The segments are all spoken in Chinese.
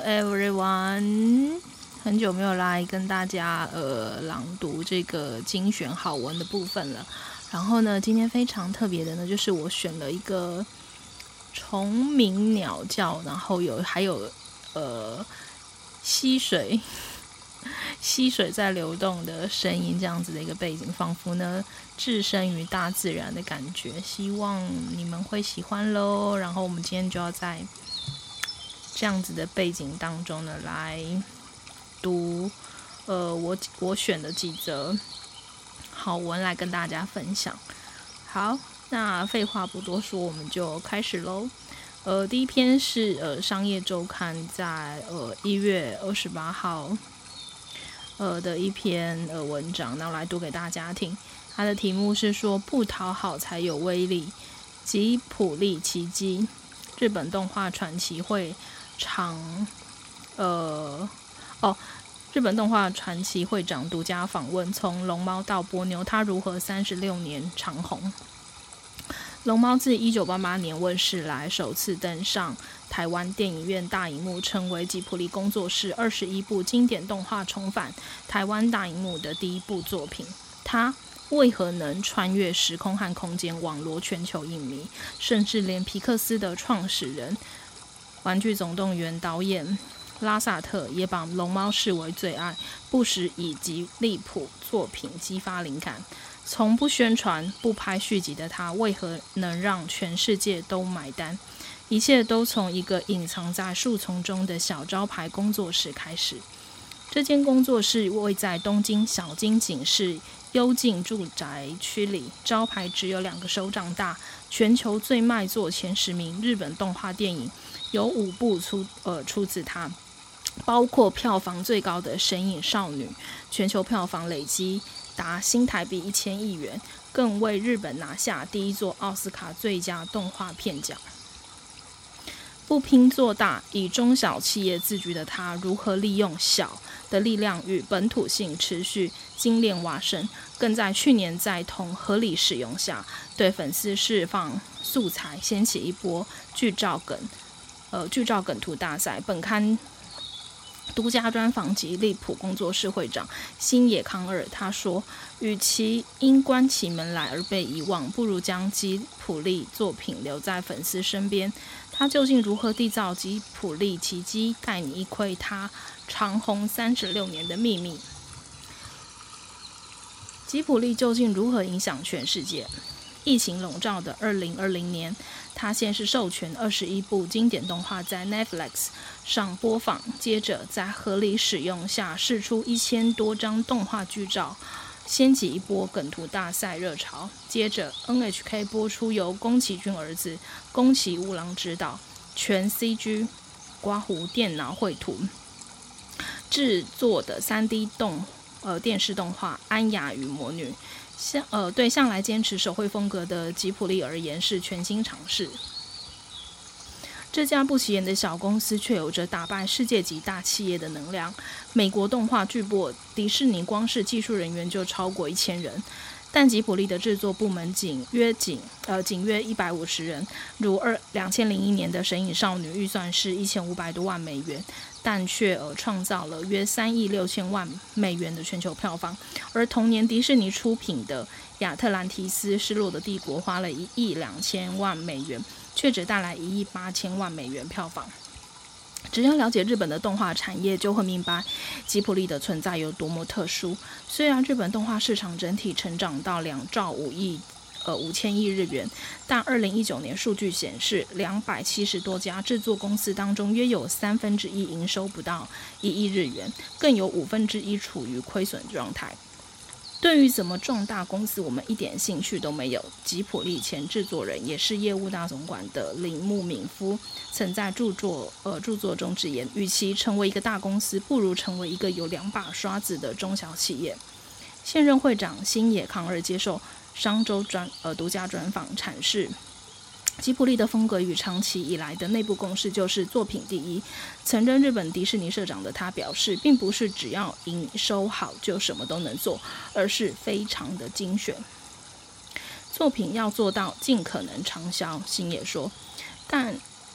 everyone， 很久没有来跟大家朗读这个精选好文的部分了。然后呢，今天非常特别的呢，就是我选了一个虫鸣鸟叫，然后还有溪水在流动的声音，这样子的一个背景，仿佛呢置身于大自然的感觉。希望你们会喜欢咯。然后我们今天就要在这样子的背景当中呢，来读我选的几则好文来跟大家分享。好，那废话不多说，我们就开始咯。第一篇是商业周刊在1月28号的一篇文章，然后来读给大家听。它的题目是说不讨好才有威力，吉卜力奇迹，日本动画传奇会日本动画传奇会长独家访问，从龙猫到波妞，他如何36年长红。龙猫自1988年问世来，首次登上台湾电影院大荧幕，成为吉卜力工作室21部经典动画重返台湾大荧幕的第一部作品。它为何能穿越时空和空间，网罗全球影迷，甚至连皮克斯的创始人、玩具总动员导演拉萨特也把龙猫视为最爱，不时以吉利普作品激发灵感。从不宣传不拍续集的他，为何能让全世界都买单？一切都从一个隐藏在树丛中的小招牌工作室开始。这间工作室位在东京小金井市幽静住宅区里，招牌只有2个手掌大，全球最卖座前10名日本动画电影有5部出自他，包括票房最高的《神隐少女》，全球票房累积达新台币1000亿元，更为日本拿下第一座奥斯卡最佳动画片奖。不拼做大，以中小企业自居的他，如何利用小的力量与本土性持续精炼挖深，更在去年在同合理使用下，对粉丝释放素材，掀起一波剧照梗图大赛。本刊独家专访吉利普工作室会长星野康二，他说，与其因关起门来而被遗忘，不如将吉卜力作品留在粉丝身边。他究竟如何缔造吉卜力奇迹，带你一窥他长红36年的秘密。吉卜力究竟如何影响全世界？疫情笼罩的2020年，他先是授权21部经典动画在 Netflix 上播放，接着在合理使用下释出1000多张动画剧照，掀起一波梗图大赛热潮。接着 NHK 播出由宫崎骏儿子宫崎吾郎执导，全 CG 刮胡电脑绘图制作的3D 电视动画《安雅与魔女》。对向来坚持手绘风格的吉卜力而言是全新尝试。这家不起眼的小公司却有着打败世界级大企业的能量。美国动画巨擘迪士尼光是技术人员就超过1000人，但吉卜力的制作部门仅约150人，如2001年的《神隐少女》预算是1500多万美元，但却创造了约3亿6千万美元的全球票房。而同年迪士尼出品的《亚特兰提斯：失落的帝国》花了1亿2千万美元，却只带来1亿8千万美元票房。只要了解日本的动画产业，就会明白吉卜力的存在有多么特殊。虽然日本动画市场整体成长到2兆5千亿日元，但2019年数据显示，270多家制作公司当中，约有1/3营收不到1亿日元，更有1/5处于亏损状态。对于怎么壮大公司，我们一点兴趣都没有。吉卜力前制作人也是业务大总管的铃木敏夫，曾在著作中直言，与其成为一个大公司，不如成为一个有2把刷子的中小企业。现任会长星野康二接受商周独家专访阐释，吉卜力的风格与长期以来的内部共识就是作品第一。曾任日本迪士尼社长的他表示，并不是只要营收好就什么都能做，而是非常的精选。作品要做到尽可能畅销，星野说，但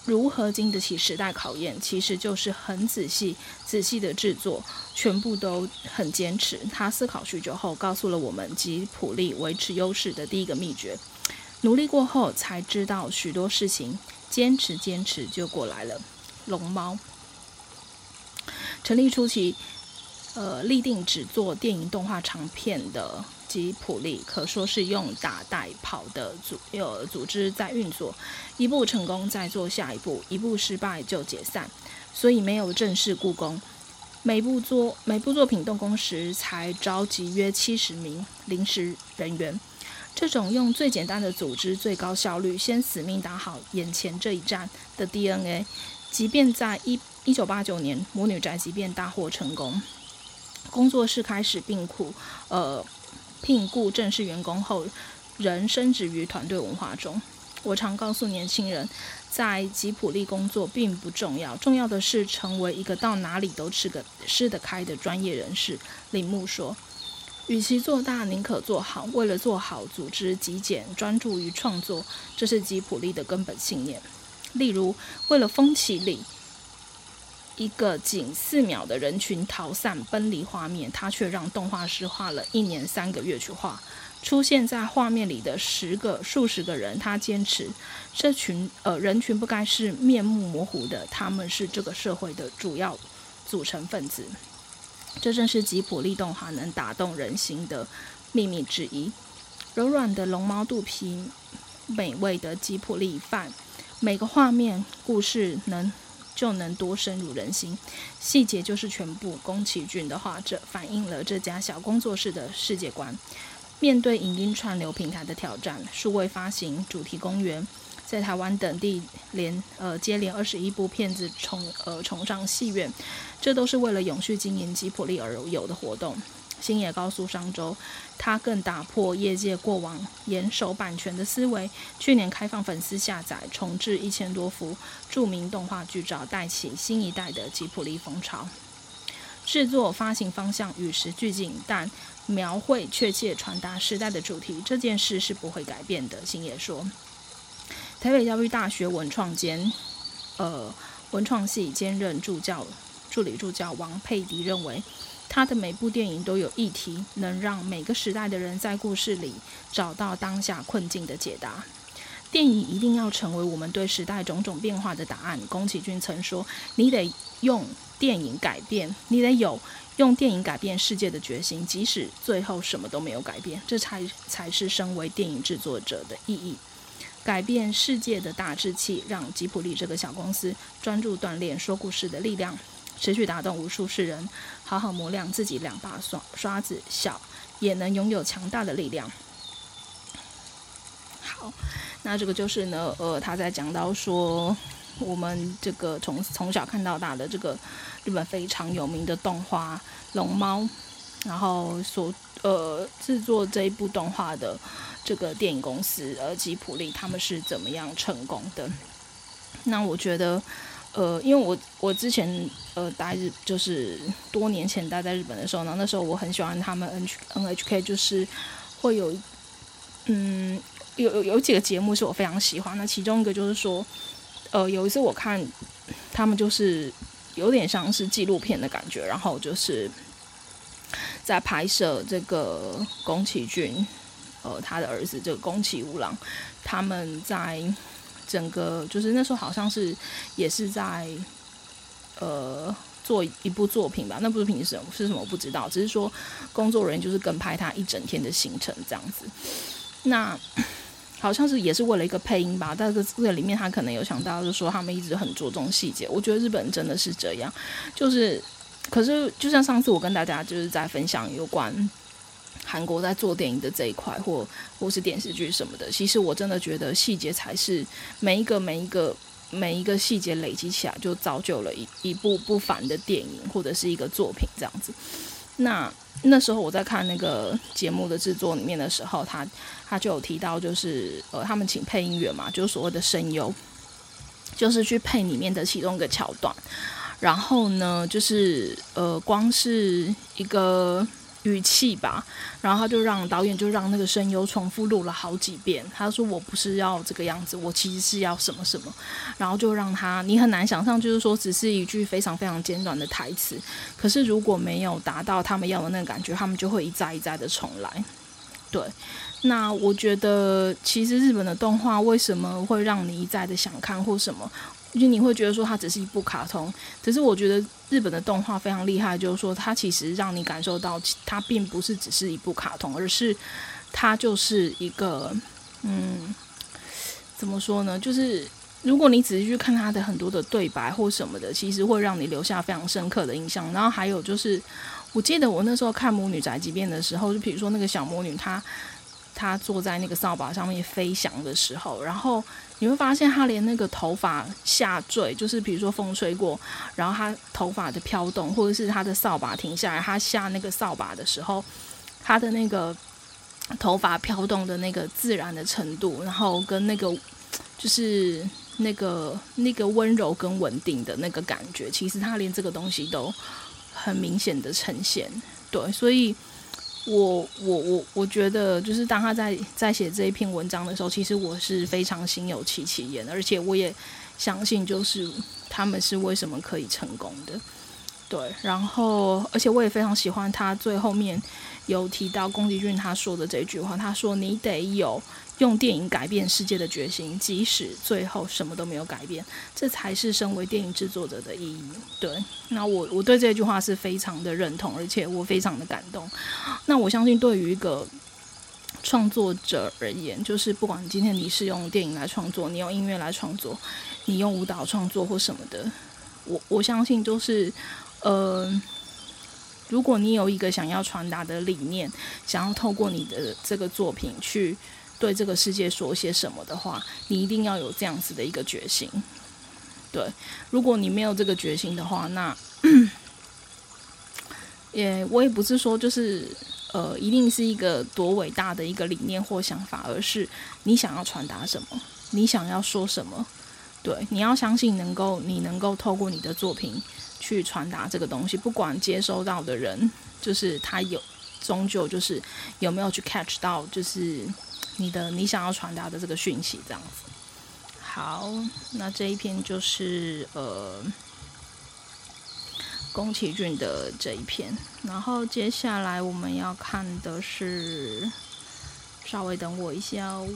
如何经得起时代考验，其实就是很仔细的制作，全部都很坚持。他思考许久后，告诉了我们吉普力维持优势的第一个秘诀。努力过后才知道许多事情，坚持就过来了。龙猫成立初期，立定只做电影动画长片的吉普力，可说是用打带跑的组织在运作，一部成功再做下一部，一部失败就解散，所以没有正式雇工。每部作品动工时才召集约70名临时人员。这种用最简单的组织、最高效率，先死命打好眼前这一战的 DNA， 即便在1989年《魔女宅急便》大获成功，工作室开始聘雇正式员工后，仍深植于团队文化中。我常告诉年轻人，在吉普力工作并不重要，重要的是成为一个到哪里都吃得开的专业人士。铃木说，与其做大，宁可做好。为了做好，组织极简，专注于创作，这是吉普力的根本信念。例如，为了风起里一个仅4秒的人群逃散分离画面，他却让动画师花了1年3个月去画。出现在画面里的数十个人，他坚持这群人群不该是面目模糊的，他们是这个社会的主要组成分子。这正是吉普力动画能打动人心的秘密之一。柔软的龙猫肚皮，美味的吉普力饭，每个画面故事就能多深入人心。细节就是全部。宫崎骏的画着反映了这家小工作室的世界观。面对影音串流平台的挑战，数位发行、主题公园，在台湾等地接连21部片子重上戏院，这都是为了永续经营吉普力而有的活动。星野告诉商周，他更打破业界过往严守版权的思维，去年开放粉丝下载，重制1000多幅著名动画剧照，带起新一代的吉普力风潮。制作发行方向与时俱进，但描绘确切传达时代的主题，这件事是不会改变的。星野说，台北教育大学文创系兼任助理助教王佩迪认为，他的每部电影都有议题，能让每个时代的人在故事里找到当下困境的解答。电影一定要成为我们对时代种种变化的答案。宫崎骏曾说，你得有用电影改变世界的决心，即使最后什么都没有改变，这才是身为电影制作者的意义。改变世界的大志气，让吉普力这个小公司专注锻炼说故事的力量，持续打动无数世人，好好磨亮自己2把刷子，小也能拥有强大的力量。好，那这个就是呢，他在讲到说，我们这个从小看到大的这个日本非常有名的动画龙猫，然后制作这一部动画的这个电影公司吉普力，他们是怎么样成功的？那我觉得因为我之前就是多年前待在日本的时候呢，那时候我很喜欢他们 NHK， 就是会有有几个节目是我非常喜欢。那其中一个就是说有一次我看他们就是有点像是纪录片的感觉，然后就是在拍摄这个宫崎骏他的儿子这个宫崎吾郎，他们在整个就是那时候好像是也是在做一部作品吧，那部作品是什么我不知道，只是说工作人员就是跟拍他一整天的行程这样子。那好像是也是为了一个配音吧，但是这个里面他可能有想到，就是说他们一直很着重细节。我觉得日本人真的是这样，可是就像上次我跟大家就是在分享有关韩国在做电影的这一块，或是电视剧什么的，其实我真的觉得细节才是每一个细节累积起来，就造就了一部不凡的电影或者是一个作品这样子。那时候我在看那个节目的制作里面的时候，他就有提到，就是他们请配音员嘛，就是所谓的声优，就是去配里面的其中一个桥段。然后呢，就是光是一个语气吧，然后他就让导演就让那个声优重复录了好几遍。他说我不是要这个样子，我其实是要什么什么，然后就让他你很难想象，就是说只是一句非常非常简短的台词，可是如果没有达到他们要的那个感觉，他们就会一再一再的重来。对，那我觉得其实日本的动画为什么会让你一再的想看或什么，就你会觉得说它只是一部卡通，只是我觉得日本的动画非常厉害，就是说它其实让你感受到它并不是只是一部卡通，而是它就是一个怎么说呢，就是如果你仔细去看它的很多的对白或什么的，其实会让你留下非常深刻的印象。然后还有就是我记得我那时候看魔女宅急便的时候，就比如说那个小魔女她坐在那个扫把上面飞翔的时候，然后你会发现她连那个头发下坠，就是比如说风吹过，然后她头发的飘动，或者是她的扫把停下来，她下那个扫把的时候，她的那个头发飘动的那个自然的程度，然后跟那个就是那个温柔跟稳定的那个感觉，其实她连这个东西都很明显的呈现。对，所以我觉得就是当他在写这一篇文章的时候，其实我是非常心有戚戚焉，而且我也相信就是他们是为什么可以成功的。对，然后而且我也非常喜欢他最后面有提到宫崎骏他说的这句话，他说你得有用电影改变世界的决心，即使最后什么都没有改变，这才是身为电影制作者的意义。对，那我对这句话是非常的认同，而且我非常的感动。那我相信对于一个创作者而言，就是不管今天你是用电影来创作，你用音乐来创作，你用舞蹈创作或什么的，我相信就是如果你有一个想要传达的理念，想要透过你的这个作品去对这个世界说些什么的话，你一定要有这样子的一个决心。对，如果你没有这个决心的话，那我也不是说就是一定是一个多伟大的一个理念或想法，而是你想要传达什么，你想要说什么。对，你要相信你能够透过你的作品去传达这个东西，不管接收到的人就是他终究就是有没有去 catch 到就是你想要传达的这个讯息这样子。好，那这一篇就是宫崎骏的这一篇，然后接下来我们要看的是，稍微等我一下哦。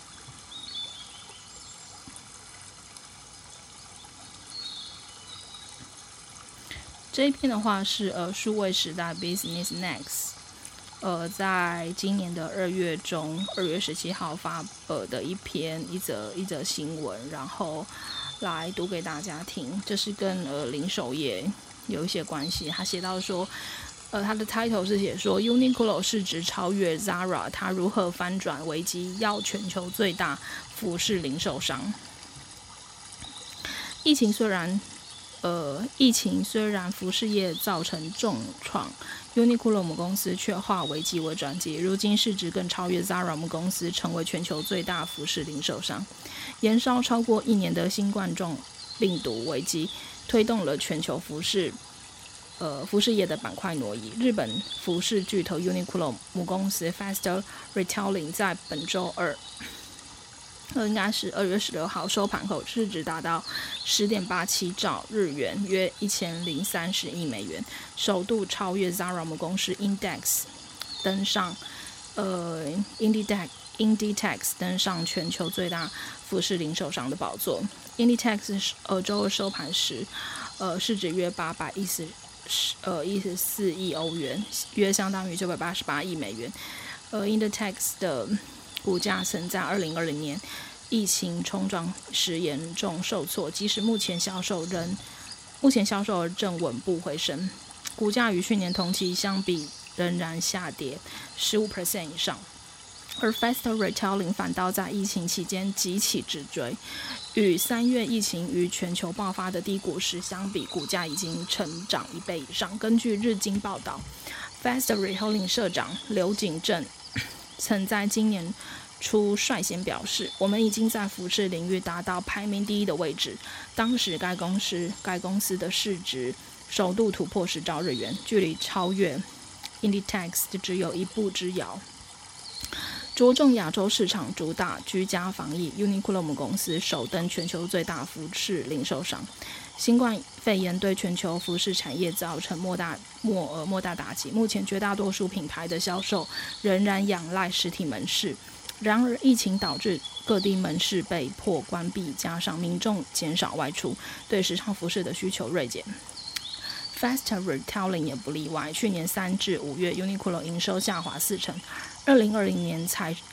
这一篇的话是数位时代 Business Next，在今年的2月中，2月17号发的一则新闻，然后来读给大家听。这是跟零售业有一些关系。他写到说，他的 title 是写说 Uniqlo 市值超越 Zara， 他如何翻转危机，要全球最大服饰零售商。疫情虽然服饰业造成重创，Uniqlo 母公司却化危机为转机，如今市值更超越 Zara 母公司，成为全球最大服饰零售商。延烧超过1年的新冠状病毒危机，推动了全球服饰业的板块挪移。日本服饰巨头 Uniqlo 母公司 Faster Retailing 在本周二。应该是2月16号收盘后，市值达到 10.87 兆日元，约1030亿美元，首度超越 Zara 母公司 Inditex 登上Inditex 登上全球最大服饰零售商的宝座。Inditex 周二收盘时，市值约814亿欧元，约相当于988亿美元。Inditex 的股价曾在2020年疫情冲撞时严重受挫，即使目前销售正稳步回升，股价与去年同期相比仍然下跌 15% 以上。而 Faster Retailing 反倒在疫情期间急起直追，与3月疫情于全球爆发的低谷时相比，股价已经成长1倍以上。根据日经报道， Faster Retailing 社长刘景正曾在今年初率先表示，我们已经在服饰领域达到排名第1的位置。当时该公司的市值首度突破10兆日元，距离超越 Inditex 只有一步之遥。着重亚洲市场，主打居家防疫， Uniqlo 母公司首登全球最大服饰零售商。新冠肺炎对全球服饰产业造成莫大打击，目前绝大多数品牌的销售仍然仰赖实体门市。然而疫情导致各地门市被迫关闭，加上民众减少外出，对时尚服饰的需求锐减。Fast Retailing 也不例外，去年3至5月 Uniqlo 营收下滑4%，2020年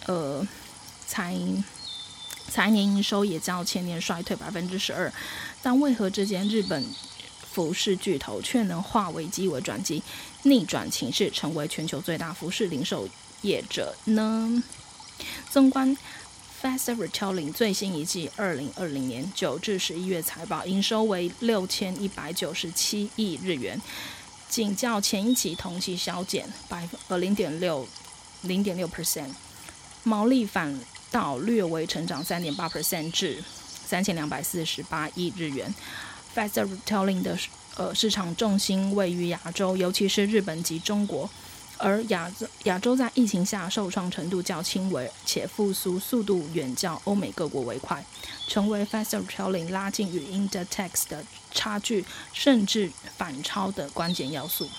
财年营收也较前年衰退12%，但为何这间日本服饰巨头却能化危机为转机，逆转情势，成为全球最大服饰零售业者呢？纵观 Fast Retailing 最新一季2020年9至11月财报，营收为6197亿日元，仅较前一期同期削减0.6%， 毛利反倒略微成长3.8% 至3248亿日元。Fast Retailing 的市场重心位于亚洲，尤其是日本及中国。而亚洲在疫情下受创程度较轻微，且复苏速度远较欧美各国为快，成为 Fast Retailing 拉近与 Inditex 的差距甚至反超的关键要素。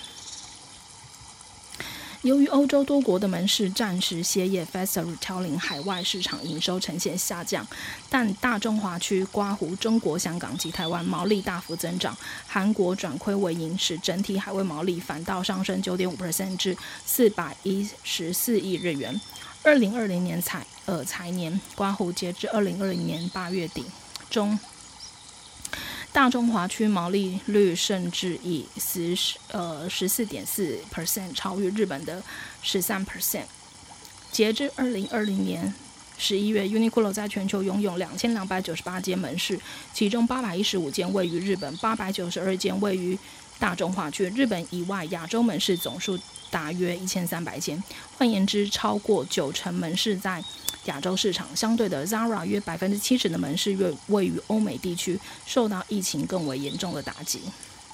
由于欧洲多国的门市暂时歇业， Fast Retailing 海外市场营收呈现下降，但大中华区括弧中国、香港及台湾毛利大幅增长，韩国转亏为盈，使整体海外毛利反倒上升 9.5% 至414亿日元。2020年财年括弧截至2020年8月底中，大中华区毛利率甚至以14.4% 超越日本的13%。截至2020年11月 Uniqlo 在全球拥有2298间门市，其中815间位于日本，892间位于大中华区。日本以外亚洲门市总数大约1300间，换言之超过90%门市在亚洲市场。相对的 Zara 约70%的门市位于欧美地区，受到疫情更为严重的打击。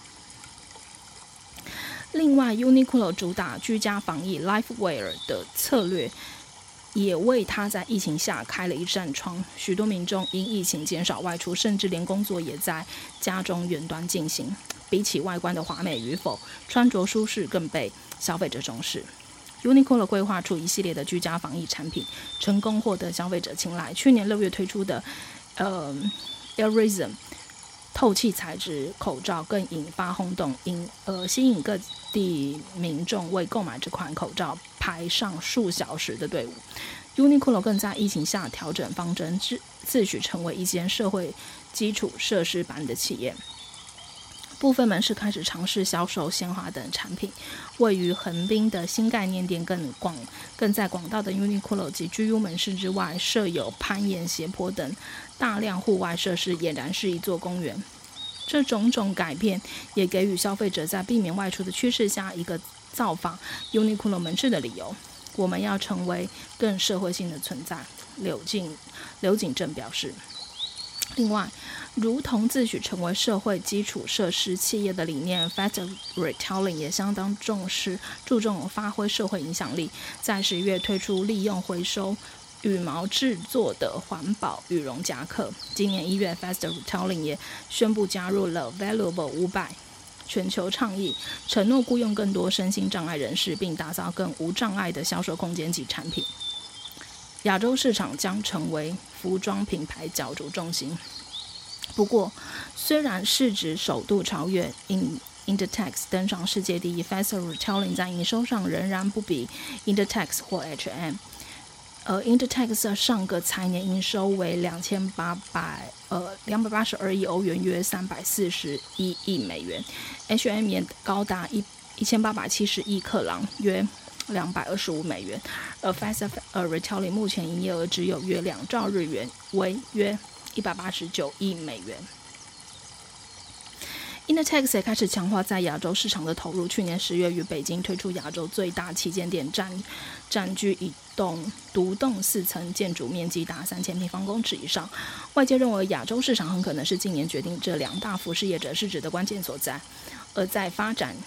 另外 Uniqlo 主打居家防疫 LifeWear 的策略也为他在疫情下开了一扇窗，许多民众因疫情减少外出，甚至连工作也在家中远端进行。比起外观的华美与否，穿着舒适更被消费者重视。Uniqlo 规划出一系列的居家防疫产品，成功获得消费者青睐。去年6月推出的Airism 透气材质口罩更引发轰动，吸引各地民众为购买这款口罩排上数小时的队伍。Uniqlo 更在疫情下调整方针，自诩成为一间社会基础设施般的企业。部分门市开始尝试销售鲜花等产品，位于横滨的新概念店更在广大的 Uniqlo 及 GU 门市之外设有攀岩斜坡等大量户外设施，俨然是一座公园。这种种改变也给予消费者在避免外出的趋势下一个造访 Uniqlo 门市的理由。我们要成为更社会性的存在，刘景正表示。另外，如同自诩成为社会基础设施企业的理念， Fast Retailing 也相当注重发挥社会影响力，在10月推出利用回收羽毛制作的环保羽绒夹克。今年1月 Fast Retailing 也宣布加入了 Valuable 500全球倡议，承诺雇用更多身心障碍人士，并打造更无障碍的销售空间及产品。亚洲市场将成为服装品牌角逐重心。不过，虽然市值首度超越 Inditex 登上世界第一， Fast Retailing 在营收上仍然不比 Inditex 或 H&M。Inditex 上个财年营收为282亿欧元，约341亿美元。H&M 也高达1870亿克朗，约225美元。而 Fast Retailing 目前营业额只有约2兆日元，为约189亿美元。Inditex 也开始强化在亚洲市场的投入，去年10月于北京推出亚洲最大旗舰店，占据一栋独栋4层建筑，面积达3000平方公尺以上。外界认为亚洲市场很可能是今年决定这2大服饰业者市值的关键所在。而在发展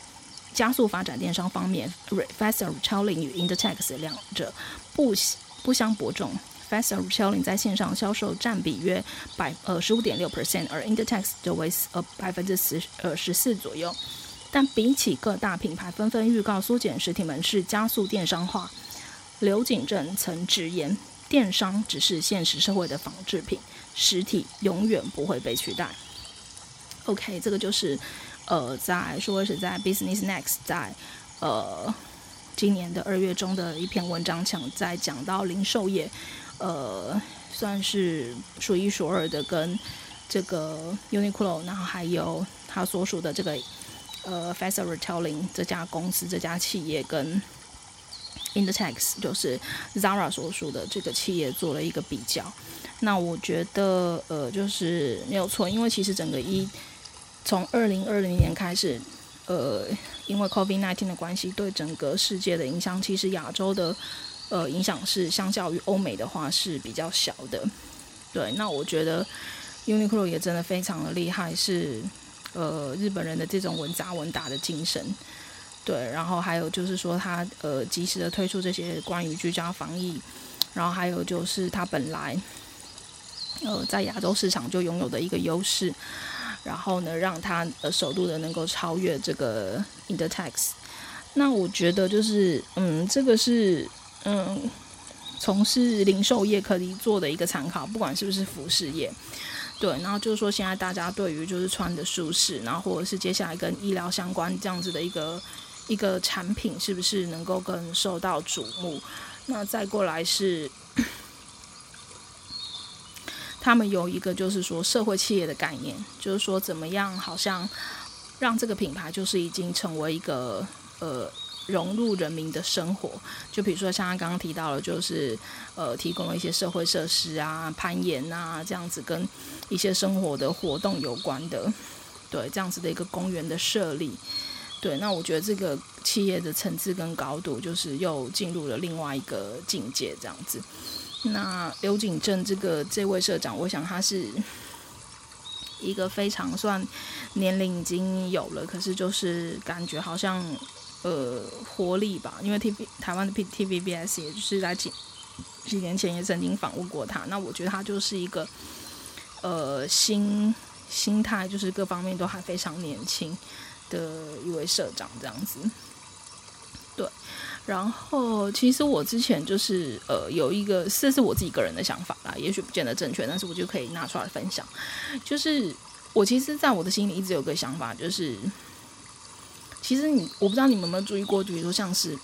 加速发展电商方面 ，Fast Retailing 与 Inditex 两者不相伯仲。Fast Retailing 在线上销售占比约15.6%，而 Inditex 就为14%左右。但比起各大品牌纷纷预告缩减实体门市、加速电商化，刘景正曾直言，电商只是现实社会的仿制品，实体永远不会被取代。OK， 这个就是在说是在 Business Next 在今年的2月中的一篇文章，在讲到零售业，算是数一数二的，跟这个 Uniqlo， 然后还有他所属的这个Fast Retailing 这家公司、这家企业跟 Inditex 就是 Zara 所属的这个企业做了一个比较。那我觉得就是没有错，因为其实整个从2020年开始，因为 COVID-19 的关系，对整个世界的影响，其实亚洲的影响是相较于欧美的话是比较小的。对，那我觉得 Uniqlo 也真的非常的厉害，是日本人的这种稳扎稳打的精神。对，然后还有就是说他及时的推出这些关于居家防疫，然后还有就是他本来在亚洲市场就拥有的一个优势，然后呢让他首度的能够超越这个 Inditex。那我觉得就是这个是从事零售业可以做的一个参考，不管是不是服饰业。对，然后就是说现在大家对于就是穿的舒适，然后或者是接下来跟医疗相关这样子的一个产品，是不是能够更受到瞩目？那再过来是他们有一个就是说社会企业的概念，就是说怎么样好像让这个品牌就是已经成为一个融入人民的生活。就比如说像他刚刚提到的，就是提供了一些社会设施啊、攀岩啊这样子跟一些生活的活动有关的，对，这样子的一个公园的设立。对，那我觉得这个企业的层次跟高度就是又进入了另外一个境界这样子。那刘景正这位社长，我想他是一个非常算年龄已经有了，可是就是感觉好像活力吧，因为台湾的 TVBS 也就是在几年前也曾经访问过他。那我觉得他就是一个心态就是各方面都还非常年轻的一位社长这样子。对，然后其实我之前就是有一个，这是我自己个人的想法啦，也许不见得正确，但是我就可以拿出来分享。就是我其实在我的心里一直有个想法，就是其实我不知道你们有没有注意过，比如说像是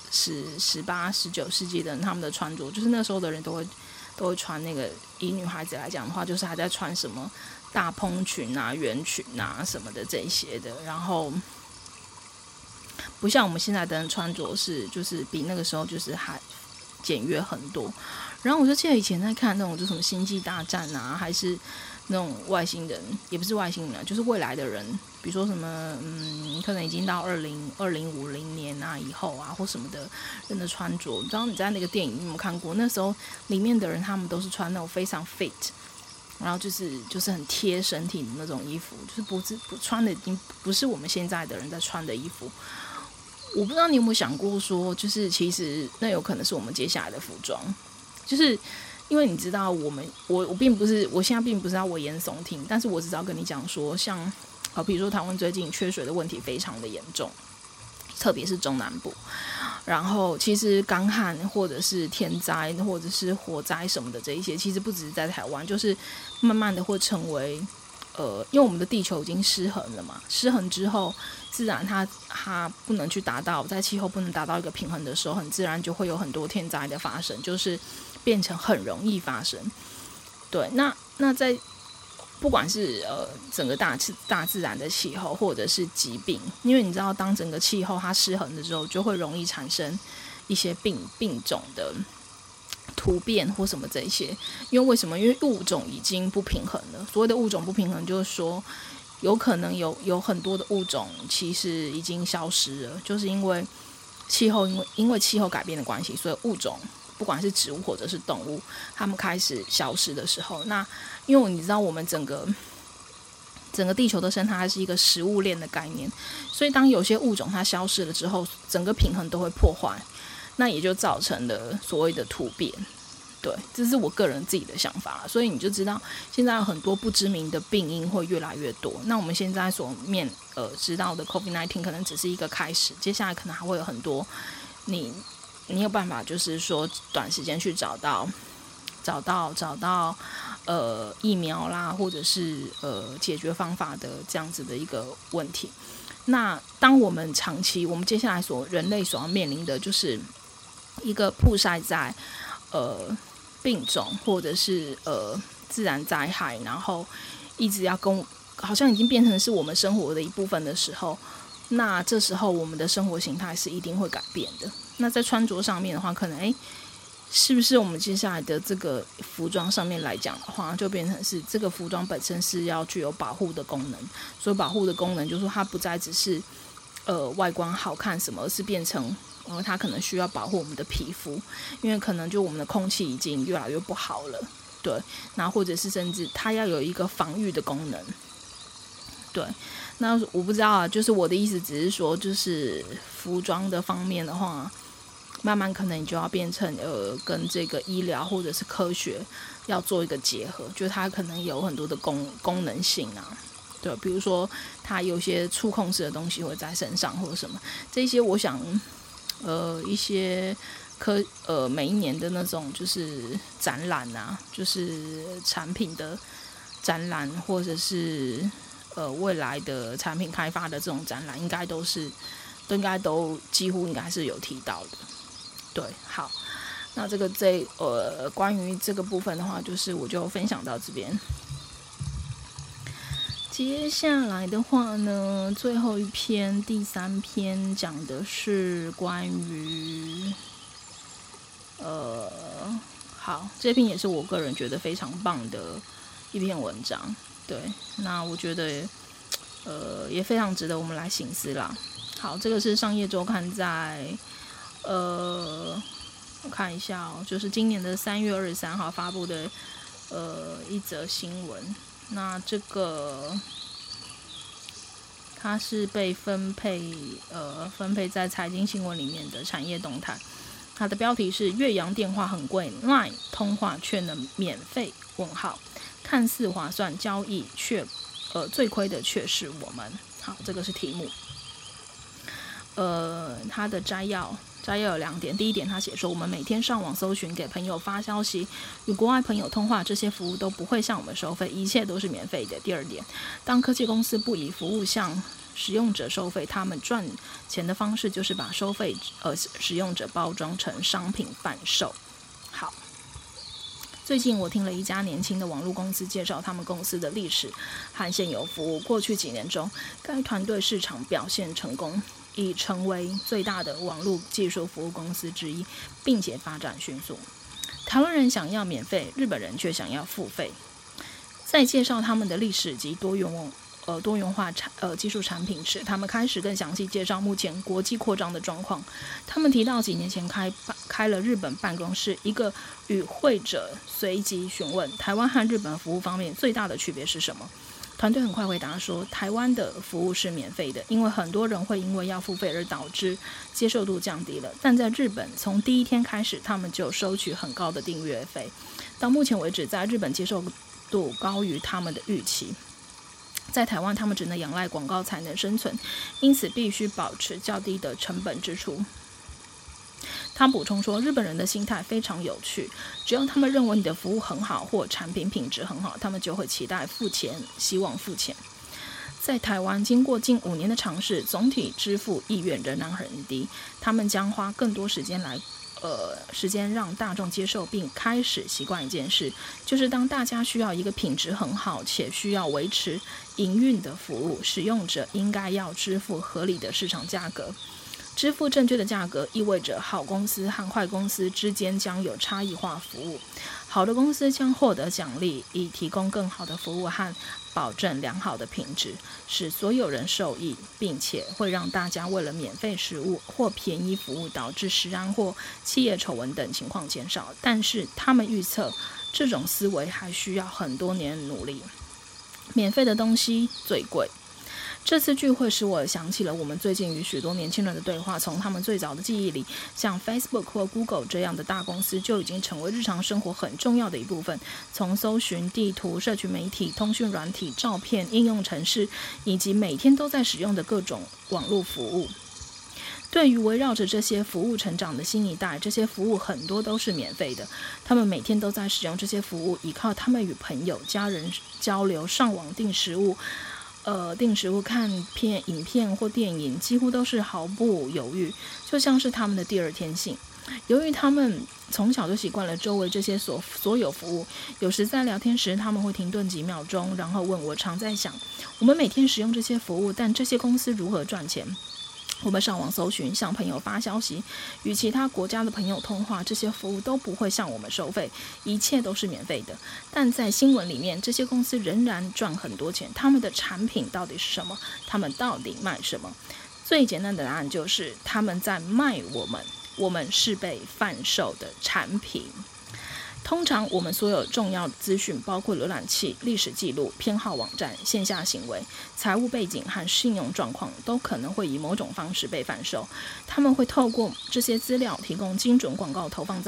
18、19世纪的人，他们的穿着，就是那时候的人都会穿那个，以女孩子来讲的话，就是还在穿什么大蓬裙啊、圆裙啊什么的这一些的，然后不像我们现在的人穿着就是比那个时候就是还简约很多。然后我就记得以前在看那种就什么星际大战啊，还是那种外星人，也不是外星人，就是未来的人，比如说什么可能已经到2050年啊以后啊或什么的人的穿着。你知道你在那个电影你有没有看过？那时候里面的人他们都是穿那种非常 fit， 然后就是很贴身体的那种衣服，就是不穿的已经不是我们现在的人在穿的衣服。我不知道你有没有想过说，就是其实那有可能是我们接下来的服装，就是因为你知道我并不是，我现在并不是要危言耸听，但是我只是要跟你讲说，像比如说台湾最近缺水的问题非常的严重，特别是中南部。然后其实干旱或者是天灾或者是火灾什么的这一些，其实不只是在台湾，就是慢慢的会成为因为我们的地球已经失衡了嘛，失衡之后自然它不能去达到，在气候不能达到一个平衡的时候，很自然就会有很多天灾的发生，就是变成很容易发生。对，那在不管是整个大自然的气候或者是疾病，因为你知道当整个气候它失衡的时候，就会容易产生一些病种的突变或什么这些。因为为什么？因为物种已经不平衡了。所谓的物种不平衡就是说有可能有很多的物种其实已经消失了，就是因为气候改变的关系，所以物种不管是植物或者是动物，它们开始消失的时候，那因为你知道我们整个整个地球的生态还是一个食物链的概念，所以当有些物种它消失了之后，整个平衡都会破坏，那也就造成了所谓的突变。对，这是我个人自己的想法，所以你就知道现在有很多不知名的病因会越来越多。那我们现在所知道的 COVID-19 可能只是一个开始，接下来可能还会有很多你有办法就是说短时间去找到疫苗啦，或者是解决方法的这样子的一个问题。那当我们长期，我们接下来人类所要面临的就是一个曝晒在病种或者是自然灾害，然后一直要好像已经变成是我们生活的一部分的时候，那这时候我们的生活形态是一定会改变的。那在穿着上面的话，可能是不是我们接下来的这个服装上面来讲的话，就变成是这个服装本身是要具有保护的功能，所以保护的功能就是说它不再只是外观好看什么，而是变成它可能需要保护我们的皮肤，因为可能就我们的空气已经越来越不好了，对，那或者是甚至它要有一个防御的功能，对。那我不知道啊，就是我的意思只是说，就是服装的方面的话，慢慢可能你就要变成跟这个医疗或者是科学要做一个结合，就是它可能有很多的功能性啊，对，比如说它有些触控式的东西会在身上或者什么，这些我想一些每一年的那种就是展览啊，就是产品的展览或者是未来的产品开发的这种展览，应该都几乎应该是有提到的。对，好，那关于这个部分的话，就是我就分享到这边。接下来的话呢，最后一篇第3篇讲的是关于好，这篇也是我个人觉得非常棒的一篇文章。对，那我觉得也非常值得我们来省思啦。好，这个是商业周刊在我看一下就是今年的3月23号发布的一则新闻。那这个它是被分配在财经新闻里面的产业动态。它的标题是越洋电话很贵 ，LINE 通话却能免费？看似划算交易，却最亏的却是我们。好，这个是题目。它的摘要有2点。第一点，他写说，我们每天上网搜寻、给朋友发消息、与国外朋友通话，这些服务都不会向我们收费，一切都是免费的。第二点，当科技公司不以服务向使用者收费，他们赚钱的方式就是把收费使用者包装成商品贩售。好。最近我听了一家年轻的网络公司介绍他们公司的历史和现有服务。过去几年中，该团队市场表现成功，已成为最大的网络技术服务公司之一，并且发展迅速。台湾人想要免费，日本人却想要付费。在介绍他们的历史及多元化技术产品时，他们开始更详细介绍目前国际扩张的状况。他们提到几年前开了日本办公室，一个与会者随即询问台湾和日本服务方面最大的区别是什么。团队很快回答说，台湾的服务是免费的，因为很多人会因为要付费而导致接受度降低了。但在日本，从第一天开始，他们就收取很高的订阅费。到目前为止，在日本接受度高于他们的预期。在台湾，他们只能仰赖广告才能生存，因此必须保持较低的成本支出。他补充说，日本人的心态非常有趣，只要他们认为你的服务很好或产品品质很好，他们就会希望付钱。在台湾，经过近5年的尝试，总体支付意愿仍然很低，他们将花更多时间让大众接受并开始习惯一件事，就是当大家需要一个品质很好且需要维持营运的服务，使用者应该要支付合理的市场价格。支付正确的价格意味着好公司和坏公司之间将有差异化服务。好的公司将获得奖励，以提供更好的服务和保证良好的品质，使所有人受益，并且会让大家为了免费食物或便宜服务导致食安或企业丑闻等情况减少。但是他们预测，这种思维还需要很多年的努力。 免费的东西最贵。这次聚会使我想起了我们最近与许多年轻人的对话，从他们最早的记忆里，像 Facebook 或 Google 这样的大公司就已经成为日常生活很重要的一部分。从搜寻、地图、社群媒体、通讯软体、照片、应用程式，以及每天都在使用的各种网络服务。对于围绕着这些服务成长的新一代，这些服务很多都是免费的。他们每天都在使用这些服务，依靠他们与朋友、家人交流、上网订食物、看影片或电影，几乎都是毫不犹豫，就像是他们的第二天性。由于他们从小就习惯了周围这些所有服务，有时在聊天时他们会停顿几秒钟，然后问我常在想，我们每天使用这些服务，但这些公司如何赚钱？我们上网搜寻，向朋友发消息，与其他国家的朋友通话，这些服务都不会向我们收费，一切都是免费的。但在新闻里面，这些公司仍然赚很多钱。他们的产品到底是什么？他们到底卖什么？最简单的答案就是他们在卖我们是被贩售的产品。通常我们所有重要的资讯，包括浏览器、历史记录、偏好网站、线下行为、财务背景和信用状况，都可能会以某种方式被贩售。他们会透过这些资料提供精准广告投放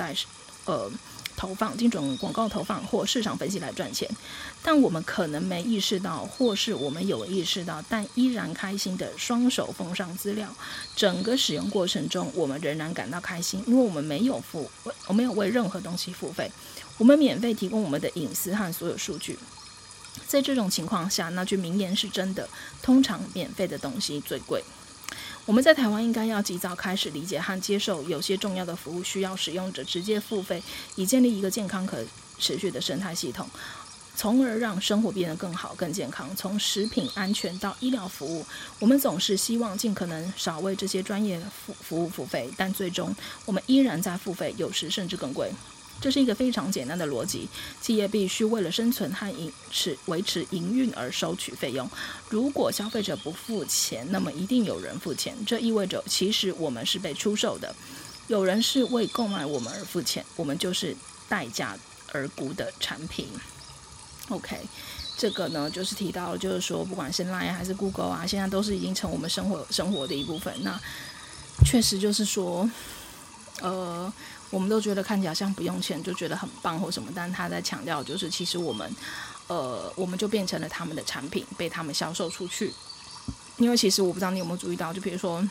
或市场分析来赚钱。但我们可能没意识到，或是我们有意识到，但依然开心的双手奉上资料。整个使用过程中，我们仍然感到开心，因为我们没有为任何东西付费，我们免费提供我们的隐私和所有数据。在这种情况下，那句名言是真的：通常免费的东西最贵。我们在台湾应该要及早开始理解和接受，有些重要的服务需要使用者直接付费，以建立一个健康可持续的生态系统，从而让生活变得更好、更健康。从食品安全到医疗服务，我们总是希望尽可能少为这些专业服务付费，但最终我们依然在付费，有时甚至更贵。这是一个非常简单的逻辑，企业必须为了生存和维持营运而收取费用。如果消费者不付钱，那么一定有人付钱，这意味着其实我们是被出售的，有人是为购买我们而付钱，我们就是待价而沽的产品。OK， 这个呢就是提到了，就是说不管是 LINE 还是 Google 啊，现在都是已经成我们生活的一部分。那确实就是说我们都觉得看起来像不用钱就觉得很棒或什么，但他在强调就是其实我们就变成了他们的产品，被他们销售出去。因为其实我不知道你有没有注意到，就比如说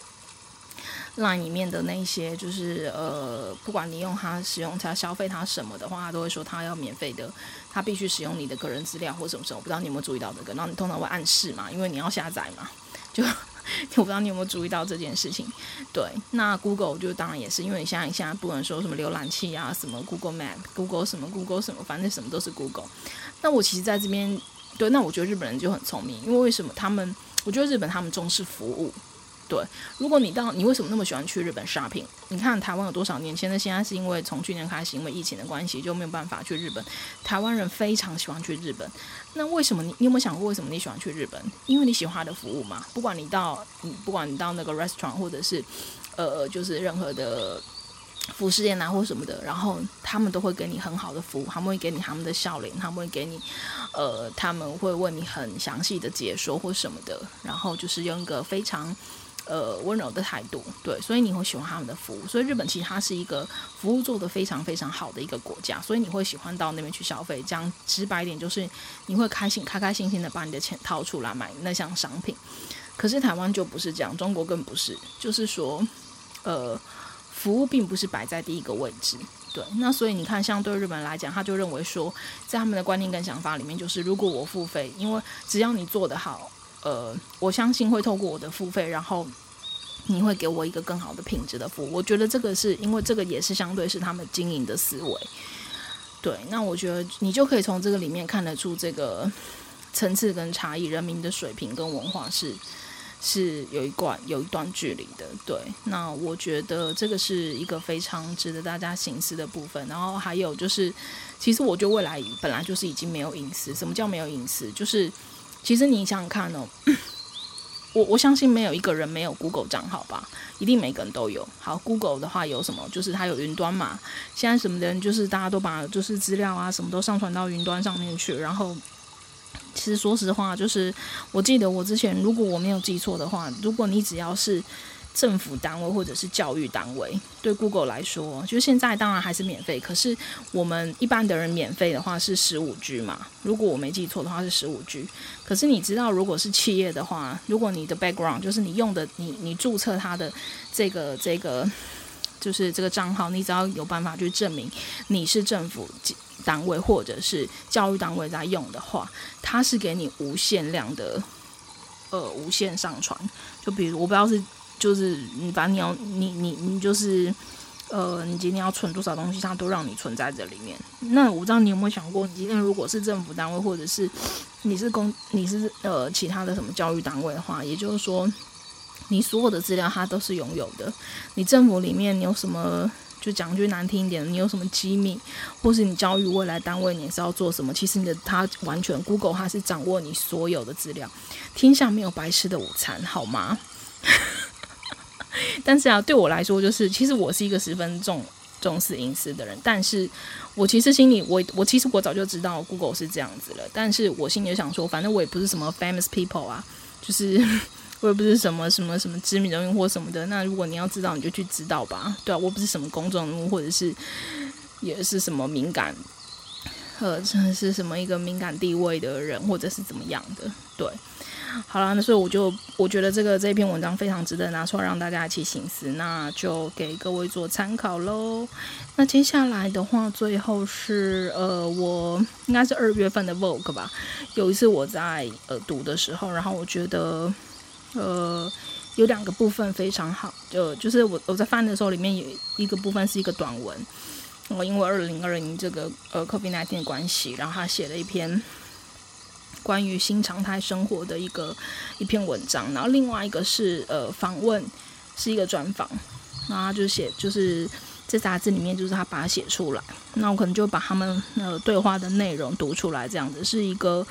LINE 里面的那些就是不管你用它使用它消费它什么的话，他都会说他要免费的，他必须使用你的个人资料或什么什么。我不知道你有没有注意到这个，然后你通常会暗示嘛，因为你要下载嘛，就我不知道你有没有注意到这件事情。对，那 Google 就当然也是，因为你现在不能说什么浏览器啊，什么 Google Map、Google 什么 Google 什么，反正什么都是 Google。那我其实在这边，对，那我觉得日本人就很聪明，因为为什么我觉得日本他们重视服务。对，如果你为什么那么喜欢去日本 shopping？ 你看台湾有多少年轻人，现在是因为从去年开始因为疫情的关系就没有办法去日本，台湾人非常喜欢去日本。那为什么你有没有想过为什么你喜欢去日本？因为你喜欢他的服务嘛，不管你到那个 restaurant 或者是就是任何的服饰店啊或什么的，然后他们都会给你很好的服务，他们会给你他们的笑脸，他们会给你他们会为你很详细的解说或什么的，然后就是用一个非常温柔的态度。对，所以你会喜欢他们的服务。所以日本其实它是一个服务做得非常非常好的一个国家，所以你会喜欢到那边去消费。讲直白一点，就是你会开心心的把你的钱掏出来买那项商品。可是台湾就不是这样，中国更不是，就是说服务并不是摆在第一个位置。对，那所以你看，像对日本人来讲，他就认为说，在他们的观念跟想法里面，就是如果我付费，因为只要你做得好，我相信会透过我的付费，然后你会给我一个更好的品质的服务。我觉得这个是因为这个也是相对是他们经营的思维。对，那我觉得你就可以从这个里面看得出这个层次跟差异，人民的水平跟文化是有一段距离的。对，那我觉得这个是一个非常值得大家省思的部分。然后还有就是，其实我觉得未来本来就是已经没有隐私。什么叫没有隐私？就是其实你想想看哦，我相信没有一个人没有 Google 账号吧，一定每个人都有。好 ，Google 的话有什么？就是它有云端嘛。现在什么的人就是大家都把就是资料啊什么都上传到云端上面去，然后其实说实话，就是我记得我之前如果我没有记错的话，如果你只要是政府单位或者是教育单位，对 Google 来说，就现在当然还是免费，可是我们一般的人免费的话是 15G 嘛，如果我没记错的话是 15G。 可是你知道如果是企业的话，如果你的 background 就是你用的你注册它的这个就是这个账号，你只要有办法去证明你是政府单位或者是教育单位在用的话，它是给你无限量的无限上传。就比如我不知道是就是反正你就是你今天要存多少东西，它都让你存在这里面。那我不知道你有没有想过，你今天如果是政府单位或者是你是其他的什么教育单位的话，也就是说你所有的资料它都是拥有的。你政府里面你有什么，就讲句难听一点，你有什么机密，或是你教育未来单位你是要做什么，其实它完全 Google 它是掌握你所有的资料。天下没有白吃的午餐，好吗？但是对我来说，就是其实我是一个十分重视隐私的人，但是我其实心里其实我早就知道 Google 是这样子了，但是我心里就想说，反正我也不是什么 famous people 啊，就是我也不是什么知名人物或什么的，那如果你要知道你就去知道吧，对啊，我不是什么公众人物，或者是也是什么敏感是什么一个敏感地位的人，或者是怎么样的，对。好啦，那所以我觉得这篇文章非常值得拿出来让大家一起省思，那就给各位做参考咯。那接下来的话，最后是我应该是2月份的 Vogue 吧，有一次我在读的时候，然后我觉得有2个部分非常好，就是我在翻的时候，里面有一个部分是一个短文，因为2020这个COVID-19 的关系，然后他写了一篇关于新常态生活的一篇文章，然后另外一个是访问，是一个专访，然后他就写，就是在杂志里面，就是他把它写出来，那我可能就把他们对话的内容读出来，这样子是一个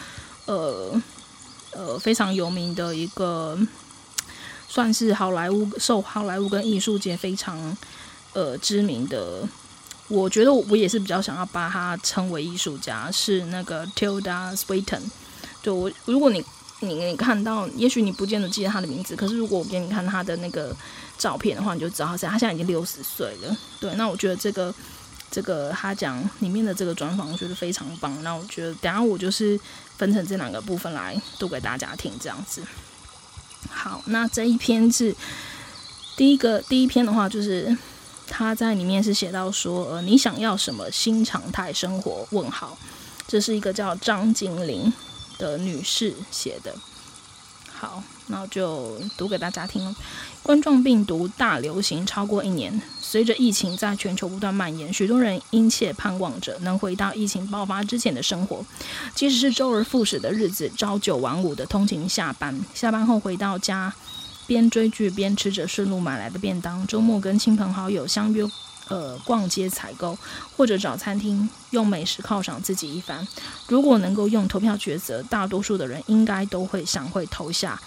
非常有名的一个，算是受好莱坞跟艺术界非常知名的。我觉得我也是比较想要把他称为艺术家，是那个 Tilda Swinton。就如果你看到，也许你不见得记得他的名字，可是如果我给你看他的那个照片的话，你就知道他现在已经60岁了。对，那我觉得这个他讲里面的这个专访，我觉得非常棒。那我觉得等一下我就是分成这2个部分来读给大家听，这样子。好，那这一篇是第一篇的话，就是他在里面是写到说，你想要什么新常态生活？问号，这是一个叫张景玲的女士写的。好，那我就读给大家听。冠状病毒大流行超过1年，随着疫情在全球不断蔓延，许多人殷切盼望着能回到疫情爆发之前的生活。即使是周而复始的日子，朝9晚5的通勤下班，下班后回到家，边追剧边吃着顺路买来的便当，周末跟亲朋好友相约逛街采购，或者找餐厅用美食犒赏自己一番。如果能够用投票抉择，大多数的人应该都会投下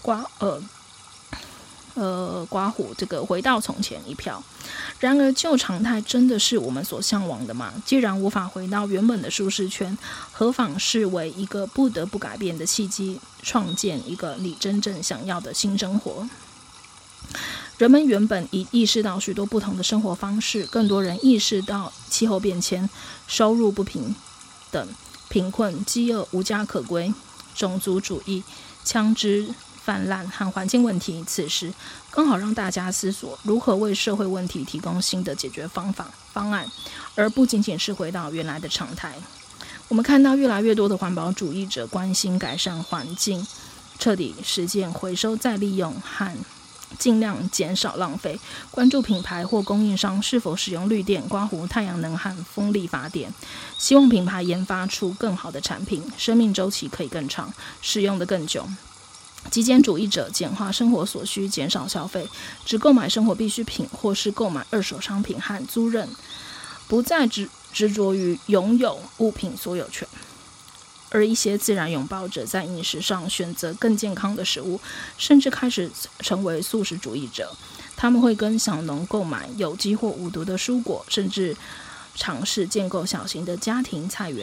刮胡这个回到从前一票。然而旧常态真的是我们所向往的吗？既然无法回到原本的舒适圈，何妨视为一个不得不改变的契机，创建一个你真正想要的新生活。人们原本已意识到许多不同的生活方式，更多人意识到气候变迁、收入不平等、贫困、饥饿无家可归、种族主义、枪支泛滥和环境问题。此时刚好让大家思索如何为社会问题提供新的解决方案，而不仅仅是回到原来的常态。我们看到越来越多的环保主义者关心改善环境，彻底实践回收再利用和尽量减少浪费，关注品牌或供应商是否使用绿电、刮胡、太阳能和风力发电，希望品牌研发出更好的产品，生命周期可以更长，使用得更久。极简主义者简化生活所需，减少消费，只购买生活必需品或是购买二手商品和租赁，不再执着于拥有物品所有权。而一些自然拥抱者在饮食上选择更健康的食物，甚至开始成为素食主义者。他们会跟小农购买有机或无毒的蔬果，甚至尝试建构小型的家庭菜园。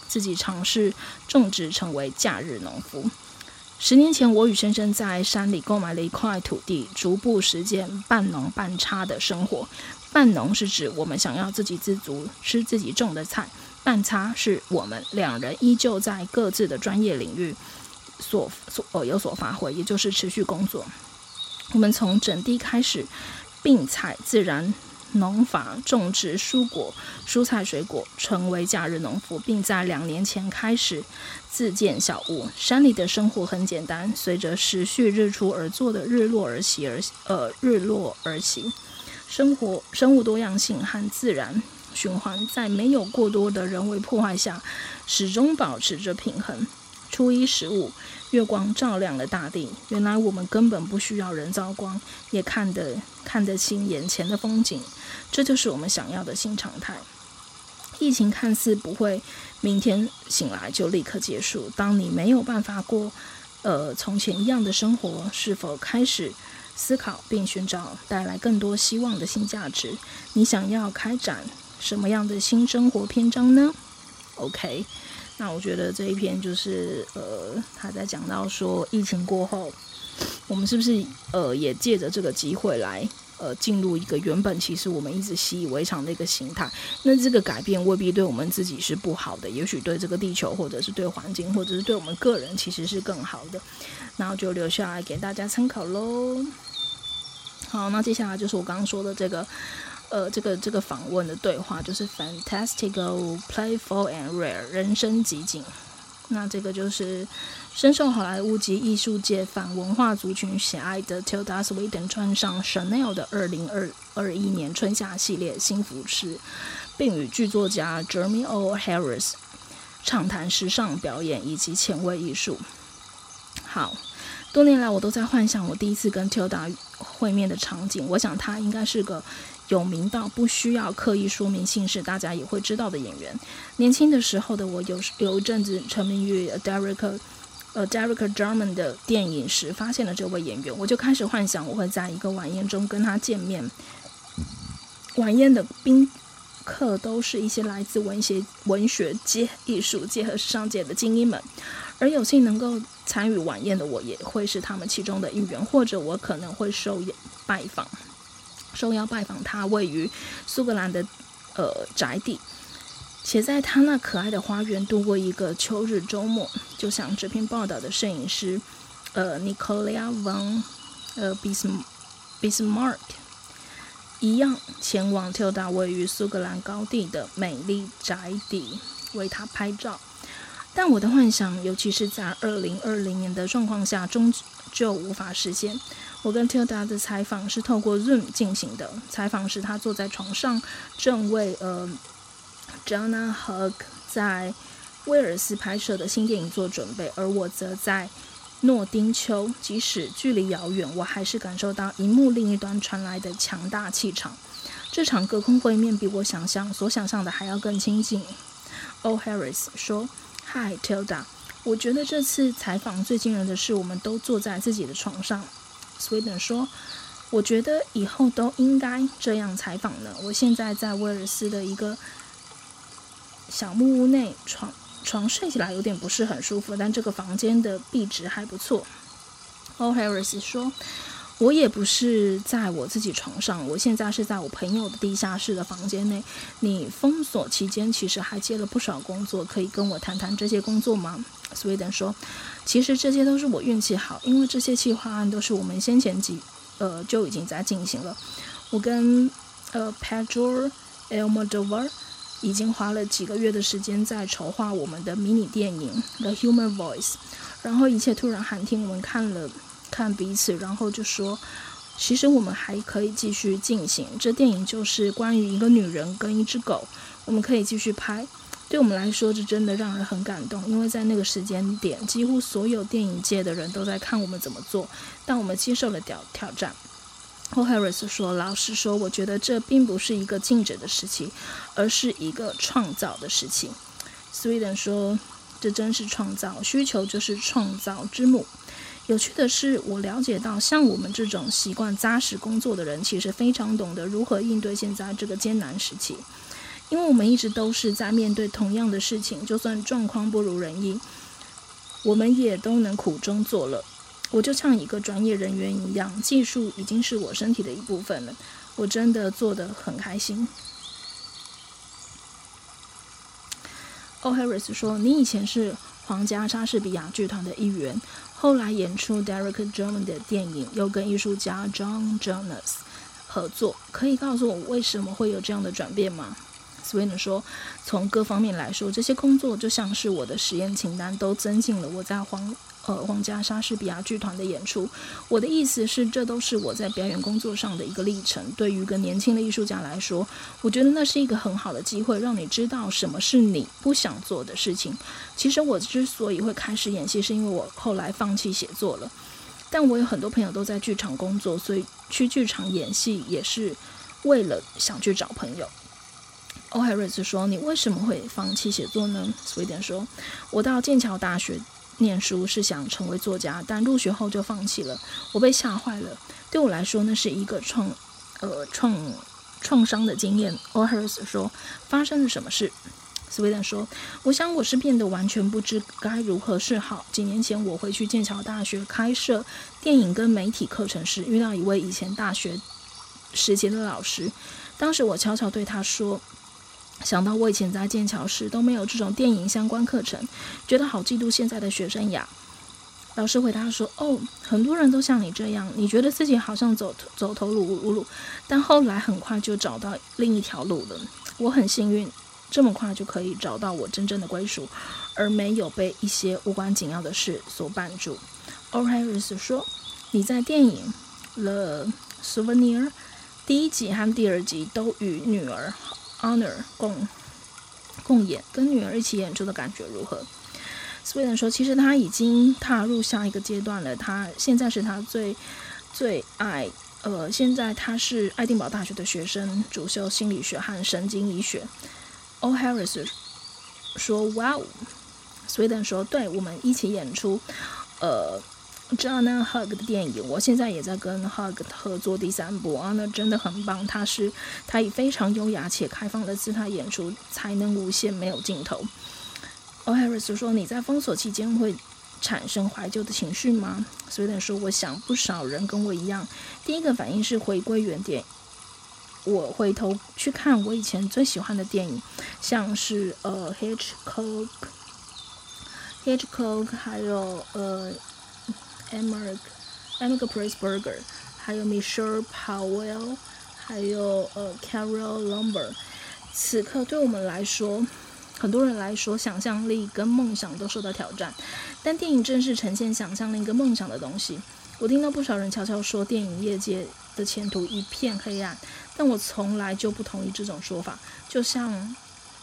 自己尝试种植，成为假日农夫。10年前，我与先生在山里购买了一块土地，逐步实践半农半差的生活。半农是指我们想要自给自足，吃自己种的菜；半差是我们两人依旧在各自的专业领域有所发挥，也就是持续工作。我们从整地开始，并采自然农法种植蔬菜水果，成为假日农夫，并在2年前开始自建小屋。山里的生活很简单，随着时序日出而作的日落而息，生物多样性和自然循环在没有过多的人为破坏下，始终保持着平衡。初一15，月光照亮了大地。原来我们根本不需要人造光，也看得清眼前的风景。这就是我们想要的新常态。疫情看似不会明天醒来就立刻结束，当你没有办法过从前一样的生活，是否开始思考并寻找带来更多希望的新价值？你想要开展什么样的新生活篇章呢？ OK， 那我觉得这一篇就是他在讲到说，疫情过后我们是不是也借着这个机会来进入一个原本其实我们一直习以为常的一个形态。那这个改变未必对我们自己是不好的，也许对这个地球或者是对环境或者是对我们个人其实是更好的。然后就留下来给大家参考咯。好，那接下来就是我刚刚说的这个访问的对话，就是 fantastical, playful and rare， 人生极景。那这个就是深受好莱坞及艺术界反文化族群喜爱的 Tilda Swinton 穿上 Chanel 的2021年春夏系列新服饰，并与剧作家 Jeremy O. Harris 畅谈时尚表演以及前卫艺术。好，多年来我都在幻想我第一次跟 Tilda 会面的场景。我想她应该是个有名到不需要刻意说明姓氏，大家也会知道的演员。年轻的时候的我有一阵子沉迷于 Derek Jarman 的电影时，发现了这位演员，我就开始幻想我会在一个晚宴中跟他见面。晚宴的宾客都是一些来自文学界、艺术界和时尚界的精英们，而有幸能够参与晚宴的我，也会是他们其中的一员，或者我可能会受邀拜访他位于苏格兰的宅地，且在他那可爱的花园度过一个秋日周末，就像这篇报道的摄影师Nicola van Bismarck 一样，前往Tilda位于苏格兰高地的美丽宅邸为他拍照。但我的幻想，尤其是在2020年的状况下，终究无法实现。我跟 Tilda 的采访是透过 Zoom 进行的。采访时，他坐在床上，正为Joanna Hogg 在威尔斯拍摄的新电影做准备，而我则在诺丁丘。即使距离遥远，我还是感受到荧幕另一端传来的强大气场。这场隔空会面比我所想象的还要更亲近。O. Harris 说：“Hi Tilda， 我觉得这次采访最惊人的是，我们都坐在自己的床上。” Swinton 说：“我觉得以后都应该这样采访呢。我现在在威尔斯的一个小木屋内，床睡起来有点不是很舒服，但这个房间的壁纸还不错。” O. Harris 说：“我也不是在我自己床上，我现在是在我朋友的地下室的房间内。你封锁期间其实还接了不少工作，可以跟我谈谈这些工作吗？” Swinton 说：“其实这些都是我运气好，因为这些企划案都是我们先前就已经在进行了。我跟Pedro Almodovar 已经花了几个月的时间在筹划我们的迷你电影 The Human Voice， 然后一切突然喊停，我们看彼此，然后就说其实我们还可以继续进行。这电影就是关于一个女人跟一只狗，我们可以继续拍。对我们来说，这真的让人很感动，因为在那个时间点，几乎所有电影界的人都在看我们怎么做，但我们接受了挑战。” O. Harris 说：“老实说，我觉得这并不是一个静止的时期，而是一个创造的时期。” Swinton 说：“这真是创造，需求就是创造之母。”有趣的是，我了解到像我们这种习惯扎实工作的人，其实非常懂得如何应对现在这个艰难时期。 因为我们一直都是在面对同样的事情，就算状况不如人意，我们也都能苦中作乐。我就像一个专业人员一样，技术已经是我身体的一部分了，我真的做得很开心。Harris 说，你以前是皇家莎士比亚剧团的一员，后来演出 Derek Jarman 的电影，又跟艺术家 John Jonas 合作，可以告诉我为什么会有这样的转变吗？Sweden 说，从各方面来说，这些工作就像是我的实验清单，都增进了我在皇家莎士比亚剧团的演出。我的意思是，这都是我在表演工作上的一个历程。对于一个年轻的艺术家来说，我觉得那是一个很好的机会，让你知道什么是你不想做的事情。其实我之所以会开始演戏，是因为我后来放弃写作了。但我有很多朋友都在剧场工作，所以去剧场演戏也是为了想去找朋友。Harris 说，你为什么会放弃写作呢？Sweden 说，我到剑桥大学念书是想成为作家，但入学后就放弃了，我被吓坏了。对我来说，那是一个创伤的经验。Harris 说，发生了什么事？Sweden 说，我想我是变得完全不知该如何是好。几年前我回去剑桥大学开设电影跟媒体课程时，遇到一位以前大学时期的老师，当时我悄悄对他说，想到我以前在剑桥时都没有这种电影相关课程，觉得好嫉妒现在的学生呀。老师回答说，很多人都像你这样，你觉得自己好像走投无路，但后来很快就找到另一条路了。我很幸运，这么快就可以找到我真正的归属，而没有被一些无关紧要的事所绊住。Harris 说，你在电影 The Souvenir 第1集和第2集都与女儿Honor 共演，跟女儿一起演出的感觉如何？Sweden 说，其实他已经踏入下一个阶段了，他现在是他最爱现在他是爱丁堡大学的学生，主修心理学和神经医学。Harris 说，哇哦。Sweden 说，对，我们一起演出John Hug 的电影，我现在也在跟 Hug 合作第3部。Honor 真的很棒，他以非常优雅且开放的姿态演出，才能无限，没有尽头。Harris 说，你在封锁期间会产生怀旧的情绪吗？Sweden 说，我想不少人跟我一样，第一个反应是回归原点。我回头去看我以前最喜欢的电影，像是Hitchcock， 还有Emmerich Pressburger， 还有 Michel Powell， 还有Carol Lombard。 此刻对我们来说，很多人来说，想象力跟梦想都受到挑战，但电影正是呈现想象力跟梦想的东西。我听到不少人悄悄说电影业界的前途一片黑暗，但我从来就不同意这种说法。就像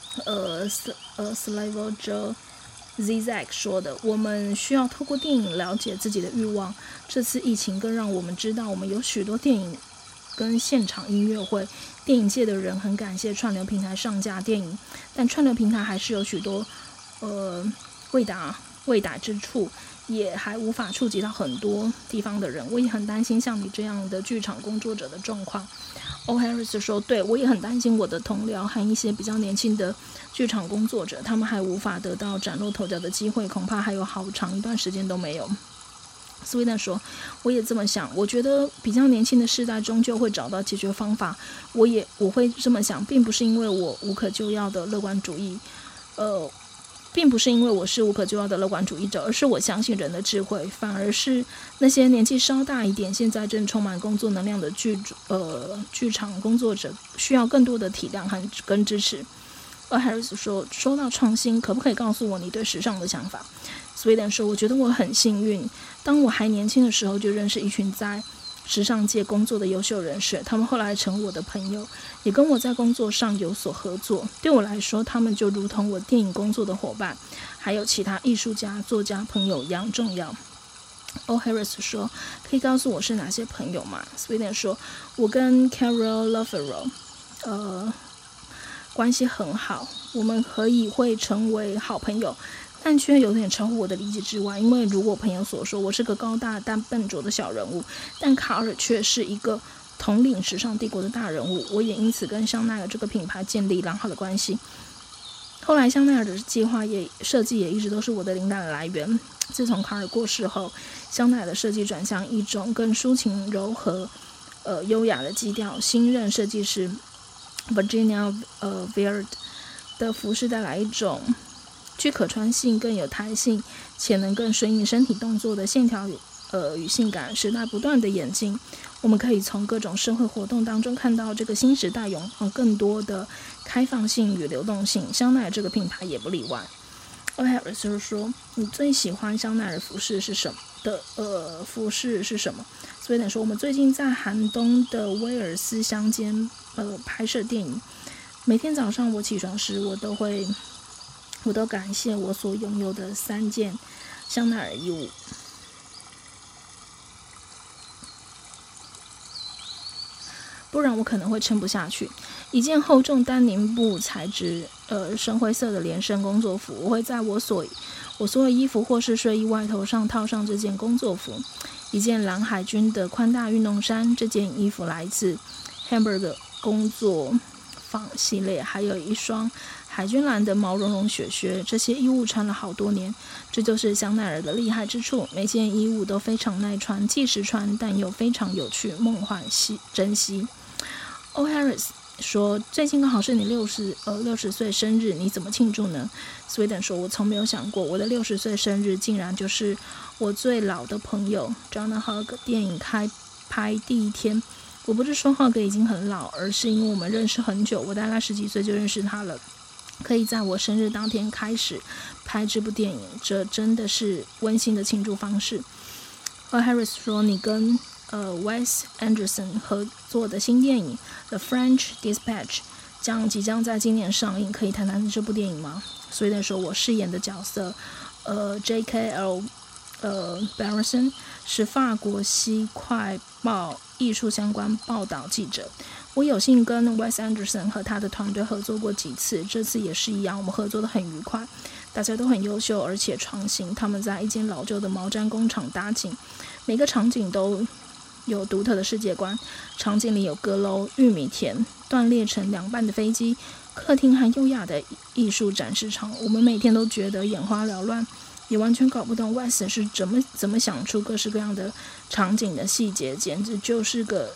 Slavoj Zizek 说的，我们需要透过电影了解自己的欲望。这次疫情更让我们知道，我们有许多电影跟现场音乐会。电影界的人很感谢串流平台上架电影，但串流平台还是有许多未达之处，也还无法触及到很多地方的人。我也很担心像你这样的剧场工作者的状况。Harris 说，对，我也很担心我的同僚和一些比较年轻的剧场工作者，他们还无法得到崭露头角的机会，恐怕还有好长一段时间都没有。Sweden 说，我也这么想，我觉得比较年轻的世代终究会找到解决方法。我会这么想，并不是因为我无可救药的乐观主义，并不是因为我是无可救药的乐观主义者，而是我相信人的智慧，反而是那些年纪稍大一点，现在正充满工作能量的剧场工作者，需要更多的体谅跟支持。Harris 说到创新，可不可以告诉我你对时尚的想法？Sweden 说，我觉得我很幸运，当我还年轻的时候就认识一群在时尚界工作的优秀人士，他们后来成我的朋友，也跟我在工作上有所合作。对我来说，他们就如同我电影工作的伙伴，还有其他艺术家、作家朋友一样重要。Harris 说，可以告诉我是哪些朋友吗？Sweden 说，我跟 Carol Lombard关系很好，我们会成为好朋友，但却有点超乎我的理解之外。因为如我朋友所说，我是个高大但笨拙的小人物，但卡尔却是一个统领时尚帝国的大人物，我也因此跟香奈儿这个品牌建立良好的关系。后来香奈儿的设计也一直都是我的灵感的来源。自从卡尔过世后，香奈儿的设计转向一种更抒情柔和优雅的基调。新任设计师 Virginia Viard 的服饰带来一种具可穿性、更有弹性且能更顺应身体动作的线条与性感。时代不断的演进，我们可以从各种社会活动当中看到这个新时代拥抱更多的开放性与流动性。香奈儿这个品牌也不例外。Harris 就是说，你最喜欢香奈儿服饰是什么服饰是什么？所以说，我们最近在寒冬的威尔斯乡间拍摄电影。每天早上我起床时，我都感谢我所拥有的3件香奈儿衣物。不然我可能会撑不下去。一件厚重丹宁布材质深灰色的连身工作服，我会在我所有衣服或是睡衣外头上套上这件工作服。一件蓝海军的宽大运动衫，这件衣服来自 Hamburg 工作坊系列，还有一双海军蓝的毛茸茸雪靴。这些衣物穿了好多年，这就是香奈儿的厉害之处。每件衣物都非常耐穿，既实穿但又非常有趣、梦幻珍惜。Harris 说，最近刚好是你60岁生日，你怎么庆祝呢？ Sweden 说，我从没有想过我的60岁生日竟然就是我最老的朋友 John Hug 电影开拍第一天。我不是说Hug已经很老，而是因为我们认识很久，我大概10几岁就认识他了，可以在我生日当天开始拍这部电影，这真的是温馨的庆祝方式。Harris 说，你跟Wes Anderson 合作的新电影 The French Dispatch 即将在今年上映，可以谈谈这部电影吗？所以说，我饰演的角色JKL Barrison 是法国西快报艺术相关报道记者。我有幸跟 Wes Anderson 和他的团队合作过几次，这次也是一样，我们合作得很愉快，大家都很优秀而且创新。他们在一间老旧的毛毡工厂搭景，每个场景都有独特的世界观。场景里有阁楼、玉米田、断裂成2半的飞机、客厅和优雅的艺术展示场。我们每天都觉得眼花缭乱，也完全搞不懂 Wes 是怎么想出各式各样的场景的细节，简直就是个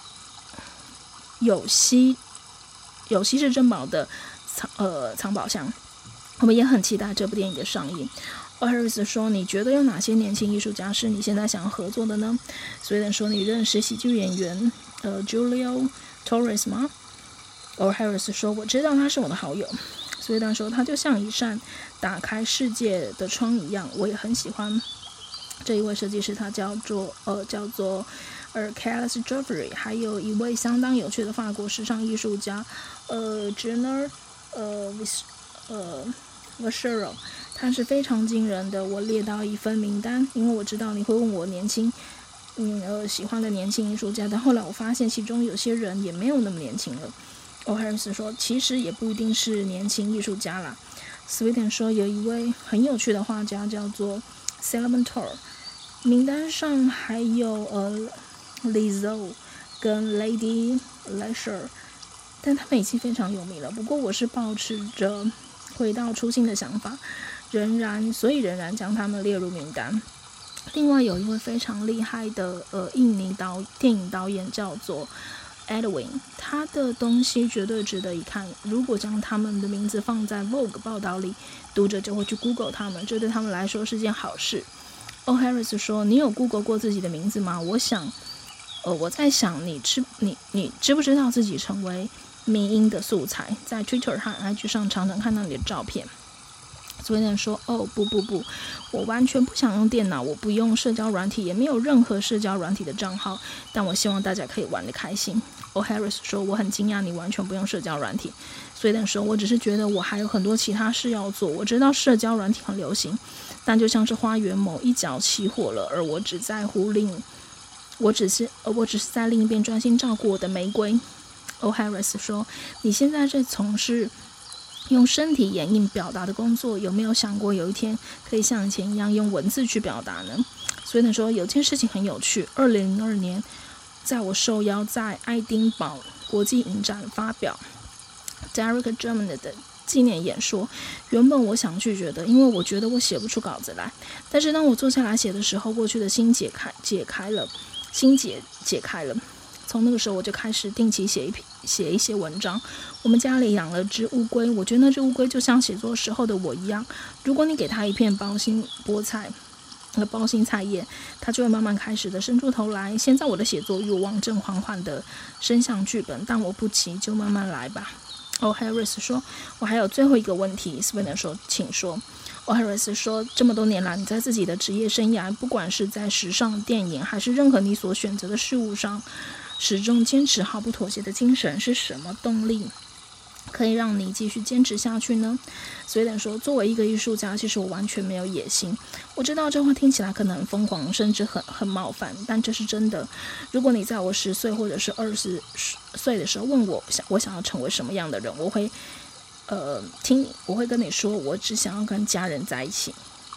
有稀世珍宝的藏宝箱。我们也很期待这部电影的上映。Harris 说，你觉得有哪些年轻艺术家是你现在想合作的呢？所以说，你认识喜剧演员Julio Torres 吗？Harris 说，我知道他是我的好友。所以说，他就像一扇打开世界的窗一样。我也很喜欢这一位设计师，他叫做Carlos Joffrey， 还有一位相当有趣的法国时尚艺术家Jenner Vacheron， 他是非常惊人的。我列到一份名单，因为我知道你会问我喜欢的年轻艺术家，但后来我发现其中有些人也没有那么年轻了。Harris 说，其实也不一定是年轻艺术家啦。Sweden 说，有一位很有趣的画家叫做 Salomon Tor， 名单上还有Lizzo 跟 Lady Lasher， 但他们已经非常有名了。不过我是抱持着回到初心的想法，仍然将他们列入名单。另外有一位非常厉害的印尼电影导演叫做Edwin， 他的东西绝对值得一看。如果将他们的名字放在 Vogue 报道里，读者就会去 Google 他们，这对他们来说是件好事。Harris 说，你有 Google 过自己的名字吗？我在想你知不知道自己成为迷因的素材，在 Twitter 和 IG 上常常看到你的照片。所以人说，不，我完全不想用电脑，我不用社交软体，也没有任何社交软体的账号，但我希望大家可以玩得开心。Harris 说，我很惊讶你完全不用社交软体。所以人说，我只是觉得我还有很多其他事要做。我知道社交软体很流行，但就像是花园某一角起火了，而我只是在另一边专心照顾我的玫瑰。Harris 说，你现在在从事用身体眼印表达的工作，有没有想过有一天可以像以前一样用文字去表达呢？所以说，有件事情很有趣。2002年在我受邀在爱丁堡国际影展发表 Derek German 的纪念演说，原本我想拒绝的，因为我觉得我写不出稿子来。但是当我坐下来写的时候，过去的心结开了。从那个时候我就开始定期写一些文章。我们家里养了只乌龟，我觉得那只乌龟就像写作时候的我一样，如果你给它一片包心菜叶，它就会慢慢开始的伸出头来。现在我的写作欲望正缓缓的伸向剧本，但我不急，就慢慢来吧。Harris 说，我还有最后一个问题。 Sweden 说，请说。Harris 说，这么多年来，你在自己的职业生涯，不管是在时尚、电影还是任何你所选择的事物上，始终坚持毫不妥协的精神，是什么动力可以让你继续坚持下去呢？所以说，作为一个艺术家，其实我完全没有野心。我知道这话听起来可能很疯狂，甚至很冒犯，但这是真的。如果你在我10岁或者是20岁的时候问我想要成为什么样的人，我会跟你说，我只想要跟家人在一起。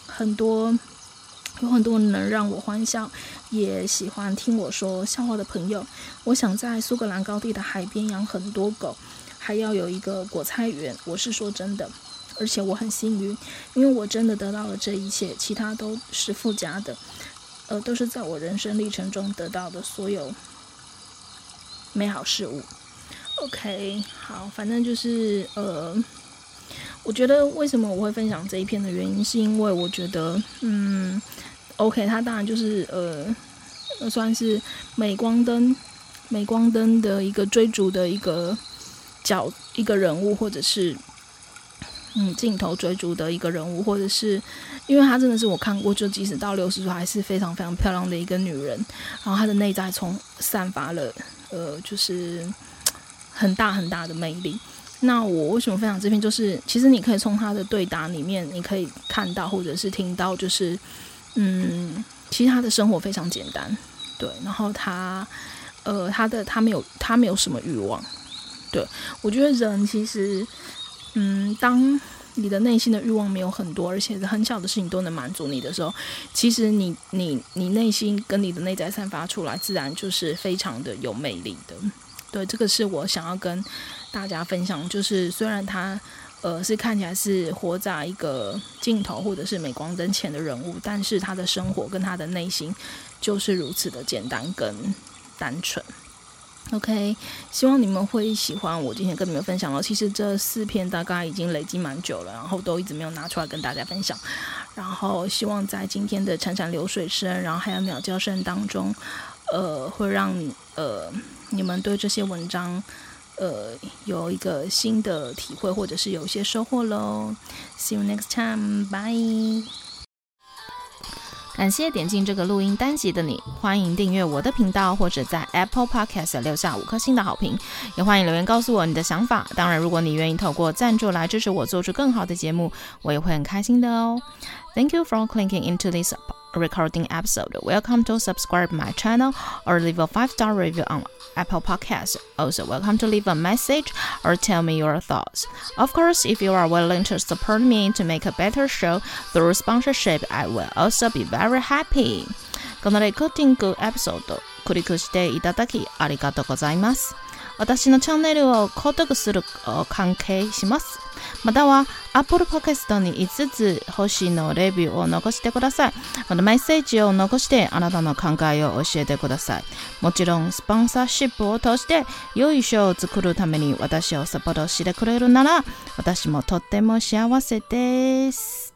有很多能让我欢笑，也喜欢听我说笑话的朋友。我想在苏格兰高地的海边养很多狗，还要有一个果菜园。我是说真的，而且我很幸运，因为我真的得到了这一切，其他都是附加的，都是在我人生历程中得到的所有美好事物。OK， 好，反正就是我觉得为什么我会分享这一篇的原因，是因为我觉得OK， 它当然就是算是镁光灯的一个追逐的一个人物，或者是镜头追逐的一个人物，或者是因为她真的是我看过，就即使到60岁还是非常非常漂亮的一个女人，然后她的内在散发了就是很大很大的魅力。那我为什么分享这篇，就是其实你可以从她的对答里面你可以看到或者是听到，就是其实她的生活非常简单，对，然后她没有什么欲望。对，我觉得人其实当你的内心的欲望没有很多，而且很小的事情都能满足你的时候，其实你内心跟你的内在散发出来，自然就是非常的有魅力的。对，这个是我想要跟大家分享，就是虽然他是看起来是活在一个镜头或者是镁光灯前的人物，但是他的生活跟他的内心就是如此的简单跟单纯。OK， 希望你们会喜欢我今天跟你们分享了。其实这4篇大概已经累积蛮久了，然后都一直没有拿出来跟大家分享。然后希望在今天的潺潺流水声，然后还有鸟叫声当中，会让你们对这些文章有一个新的体会，或者是有一些收获咯。See you next time， bye。感谢点进这个录音单集的你，欢迎订阅我的频道，或者在 Apple Podcast 留下5颗星的好评，也欢迎留言告诉我你的想法。当然，如果你愿意透过赞助来支持我做出更好的节目，我也会很开心的哦。Thank you for clicking into this recording episode. Welcome to subscribe my channel or leave a 5-star review on Apple Podcasts. Also, welcome to leave a message or tell me your thoughts. Of course, if you are willing to support me to make a better show through sponsorship, I will also be very happy. このレコーディングエピソード、クリックしていただきありがとうございます。私のチャンネルを購読する関係します。または Apple Podcast に5つ星のレビューを残してください。またメッセージを残してあなたの考えを教えてください。もちろんスポンサーシップを通して良いショーを作るために私をサポートしてくれるなら私もとっても幸せです。